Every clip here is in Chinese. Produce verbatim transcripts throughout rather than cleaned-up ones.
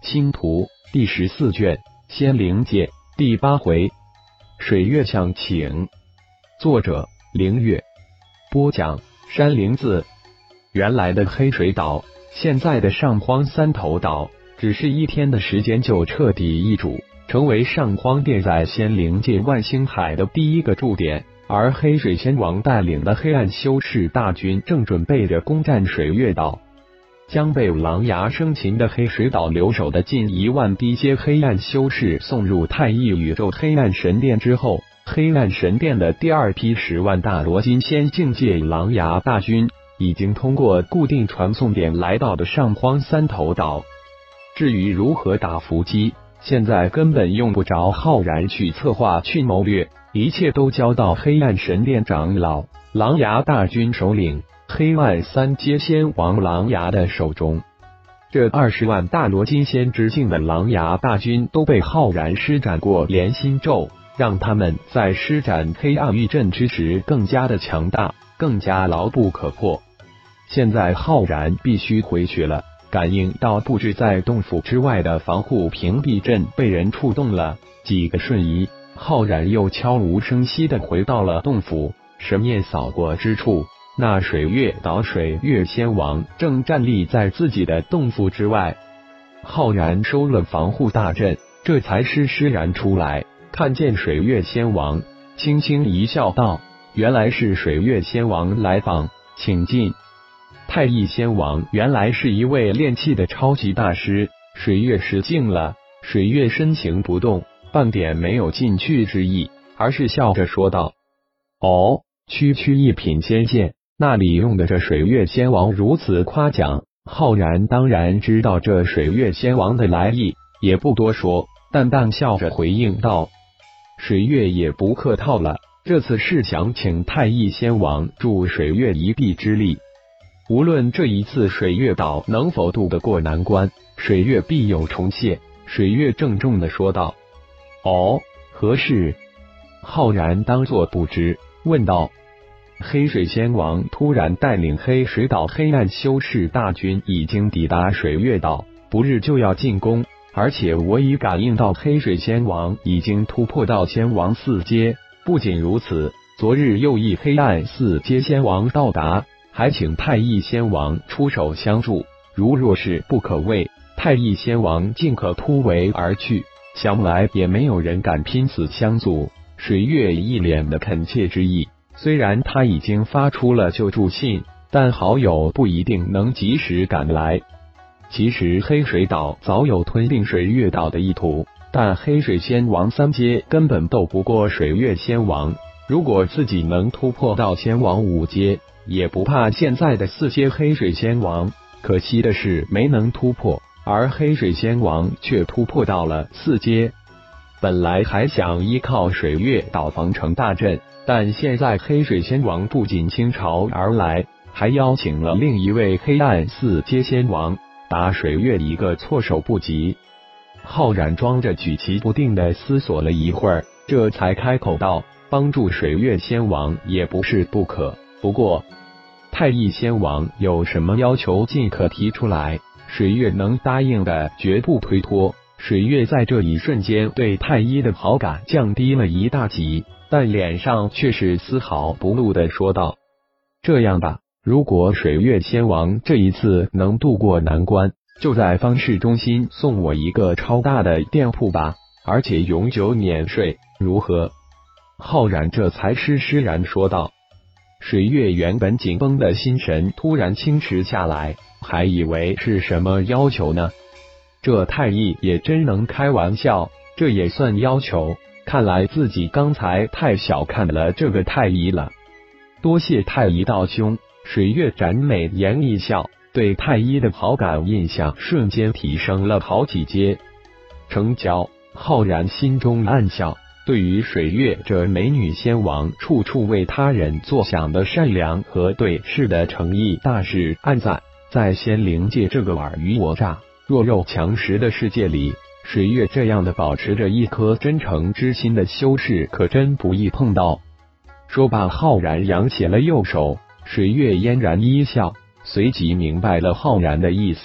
星图第十四卷，仙灵界第八回，水月相请。作者：凌月。播讲：山灵子。原来的黑水岛，现在的上荒三头岛，只是一天的时间就彻底易主，成为上荒殿在仙灵界万星海的第一个驻点。而黑水仙王带领的黑暗修士大军正准备着攻占水月岛。将被狼牙生擒的黑水岛留守的近一万低阶黑暗修士送入太一宇宙黑暗神殿之后，黑暗神殿的第二批十万大罗金仙境界狼牙大军已经通过固定传送点来到的上荒三头岛。至于如何打伏击，现在根本用不着浩然去策划去谋略，一切都交到黑暗神殿长老狼牙大军首领黑暗三阶仙王狼牙的手中。这二十万大罗金仙之境的狼牙大军都被浩然施展过连心咒，让他们在施展黑暗御阵之时更加的强大，更加牢不可破。现在浩然必须回去了，感应到布置在洞府之外的防护屏蔽阵被人触动了，几个瞬移，浩然又悄无声息地回到了洞府。神念扫过之处，那水月岛水月仙王正站立在自己的洞府之外。浩然收了防护大阵，这才施施然出来，看见水月仙王，轻轻一笑道：“原来是水月仙王来访，请进。”太一仙王原来是一位炼气的超级大师，水月失敬了。水月身形不动，半点没有进去之意，而是笑着说道：“哦，区区一品仙剑，那里用得着水月仙王如此夸奖？”浩然当然知道这水月仙王的来意，也不多说，淡淡笑着回应道：“水月也不客套了，这次是想请太一仙王助水月一臂之力。无论这一次水月岛能否渡得过难关，水月必有重谢。”水月郑重地说道。“哦，何事？”浩然当作不知，问道。黑水仙王突然带领黑水岛黑暗修士大军已经抵达水月岛，不日就要进攻，而且我已感应到黑水仙王已经突破到仙王四阶。不仅如此，昨日又一黑暗四阶仙王到达，还请太一仙王出手相助，如若是不可为，太一仙王尽可突围而去，想来也没有人敢拼死相阻。水月一脸的恳切之意，虽然他已经发出了救助信，但好友不一定能及时赶来。其实黑水岛早有吞并水月岛的意图，但黑水仙王三阶根本斗不过水月仙王，如果自己能突破到仙王五阶，也不怕现在的四阶黑水仙王。可惜的是没能突破，而黑水仙王却突破到了四阶。本来还想依靠水月岛防城大阵，但现在黑水仙王不仅倾巢而来，还邀请了另一位黑暗四阶仙王，打水月一个措手不及。浩然装着举棋不定的思索了一会儿，这才开口道：“帮助水月仙王也不是不可，不过太一仙王有什么要求尽可提出来，水月能答应的绝不推脱。”水月在这一瞬间对太一的好感降低了一大级，但脸上却是丝毫不露的说道：“这样吧，如果水月仙王这一次能渡过难关，就在方市中心送我一个超大的店铺吧，而且永久免税，如何？”浩然这才施施然说道。水月原本紧绷的心神突然轻迟下来，还以为是什么要求呢？这太一也真能开玩笑，这也算要求？看来自己刚才太小看了这个太一了。多谢太一道兄。水月展美颜一笑，对太一的好感印象瞬间提升了好几阶。成交。浩然心中暗笑，对于水月这美女仙王处处为他人着想的善良和对事的诚意大是暗赞。在仙灵界这个尔虞我诈弱肉强食的世界里，水月这样的保持着一颗真诚之心的修士可真不易碰到。说罢，浩然扬起了右手，水月嫣然一笑，随即明白了浩然的意思，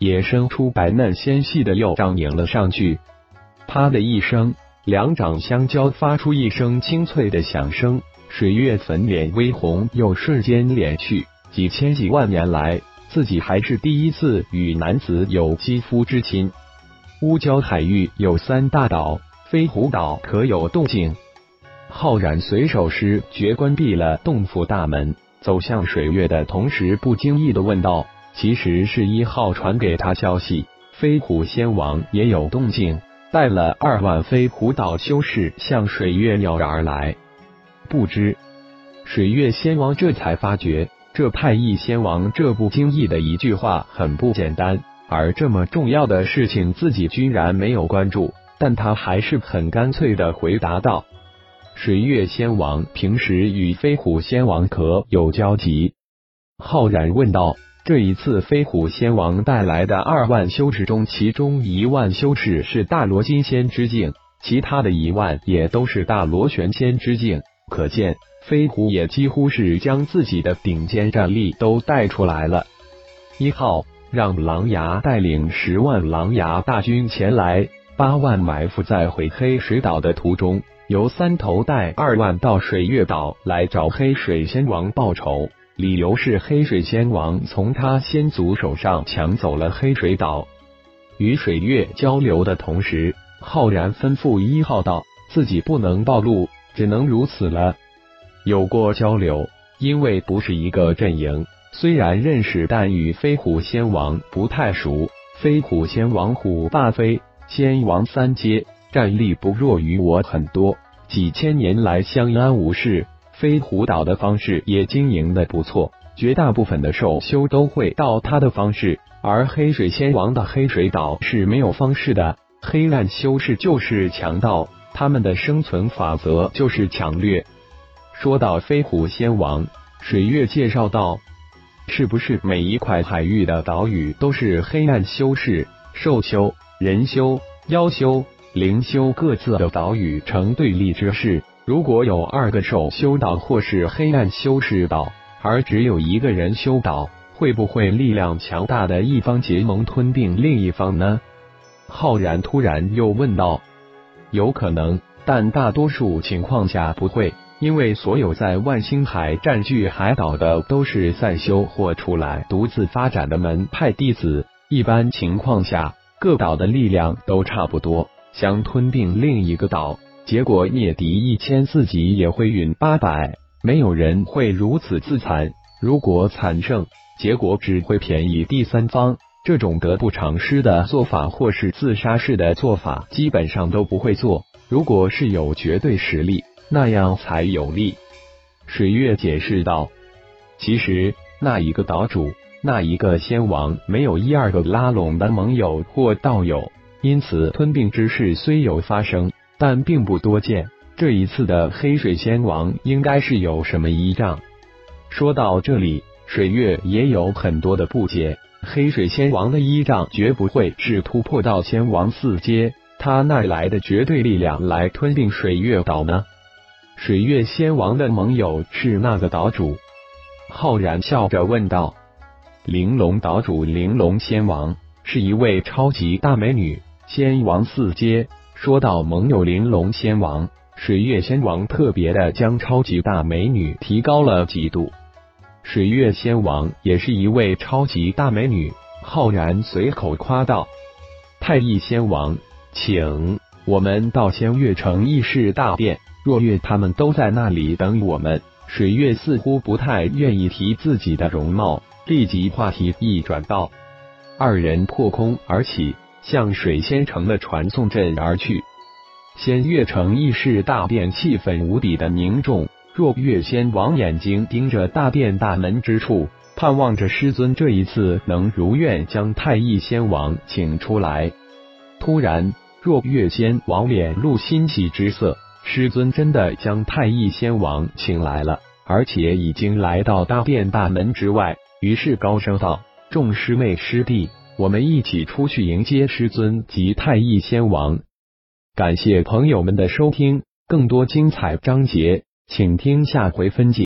也伸出白嫩纤细的右掌迎了上去。啪的一声，两掌相交，发出一声清脆的响声。水月粉脸微红，又瞬间敛去。几千几万年来，自己还是第一次与男子有肌肤之亲。乌蛟海域有三大岛，飞狐岛可有动静？浩然随手施绝关闭了洞府大门，走向水月的同时，不经意的问道：“其实是一号传给他消息，飞狐仙王也有动静，带了二万飞狐岛修士向水月鸟而来。”不知水月仙王这才发觉，这太乙仙王这不经意的一句话很不简单，而这么重要的事情自己居然没有关注，但他还是很干脆的回答道：“水月仙王平时与飞虎仙王可有交集？”浩然问道：“这一次飞虎仙王带来的二万修士中，其中一万修士是大罗金仙之境，其他的一万也都是大罗玄仙之境。可见飞狐也几乎是将自己的顶尖战力都带出来了。一号，让狼牙带领十万狼牙大军前来，八万埋伏在回黑水岛的途中，由三头带二万到水月岛来找黑水仙王报仇。理由是黑水仙王从他先祖手上抢走了黑水岛。”与水月交流的同时，浩然吩咐一号道：“自己不能暴露，只能如此了。”有过交流，因为不是一个阵营，虽然认识，但与飞虎仙王不太熟。飞虎仙王虎霸飞仙王三阶，战力不弱于我很多，几千年来相安无事。飞虎岛的方式也经营的不错，绝大部分的兽修都会到他的方式，而黑水仙王的黑水岛是没有方式的。黑暗修士就是强盗，他们的生存法则就是抢掠。说到飞虎仙王，水月介绍道：“是不是每一块海域的岛屿都是黑暗修士、兽修、人修、妖修、灵修各自的岛屿成对立之势？如果有二个兽修岛或是黑暗修士岛，而只有一个人修岛，会不会力量强大的一方结盟吞并另一方呢？”浩然突然又问道：“有可能，但大多数情况下不会。因为所有在万星海占据海岛的都是散修或出来独自发展的门派弟子，一般情况下各岛的力量都差不多，想吞并另一个岛，结果灭敌一千，自己也会陨八百，没有人会如此自残。如果惨胜，结果只会便宜第三方，这种得不偿失的做法或是自杀式的做法基本上都不会做，如果是有绝对实力，那样才有利。”水月解释道：“其实那一个岛主，那一个仙王没有一二个拉拢的盟友或道友，因此吞并之事虽有发生，但并不多见。这一次的黑水仙王应该是有什么依仗。”说到这里，水月也有很多的不解，黑水仙王的依仗绝不会是突破到仙王四阶，他那来的绝对力量来吞并水月岛呢？水月仙王的盟友是那个岛主？浩然笑着问道。玲珑岛主玲珑仙王是一位超级大美女，仙王四阶。说到盟友玲珑仙王，水月仙王特别的将超级大美女提高了几度。水月仙王也是一位超级大美女，浩然随口夸道。太乙仙王，请我们到仙月城议事大殿，若月他们都在那里等我们。水月似乎不太愿意提自己的容貌，立即话题一转道。二人破空而起，向水仙城的传送阵而去。仙月城议事大殿气氛无比的凝重，若月仙王眼睛盯着大殿大门之处，盼望着师尊这一次能如愿将太乙仙王请出来。突然，若月仙王脸露欣喜之色，师尊真的将太乙仙王请来了，而且已经来到大殿大门之外，于是高声道：“众师妹师弟，我们一起出去迎接师尊及太乙仙王。”感谢朋友们的收听，更多精彩章节，请听下回分解。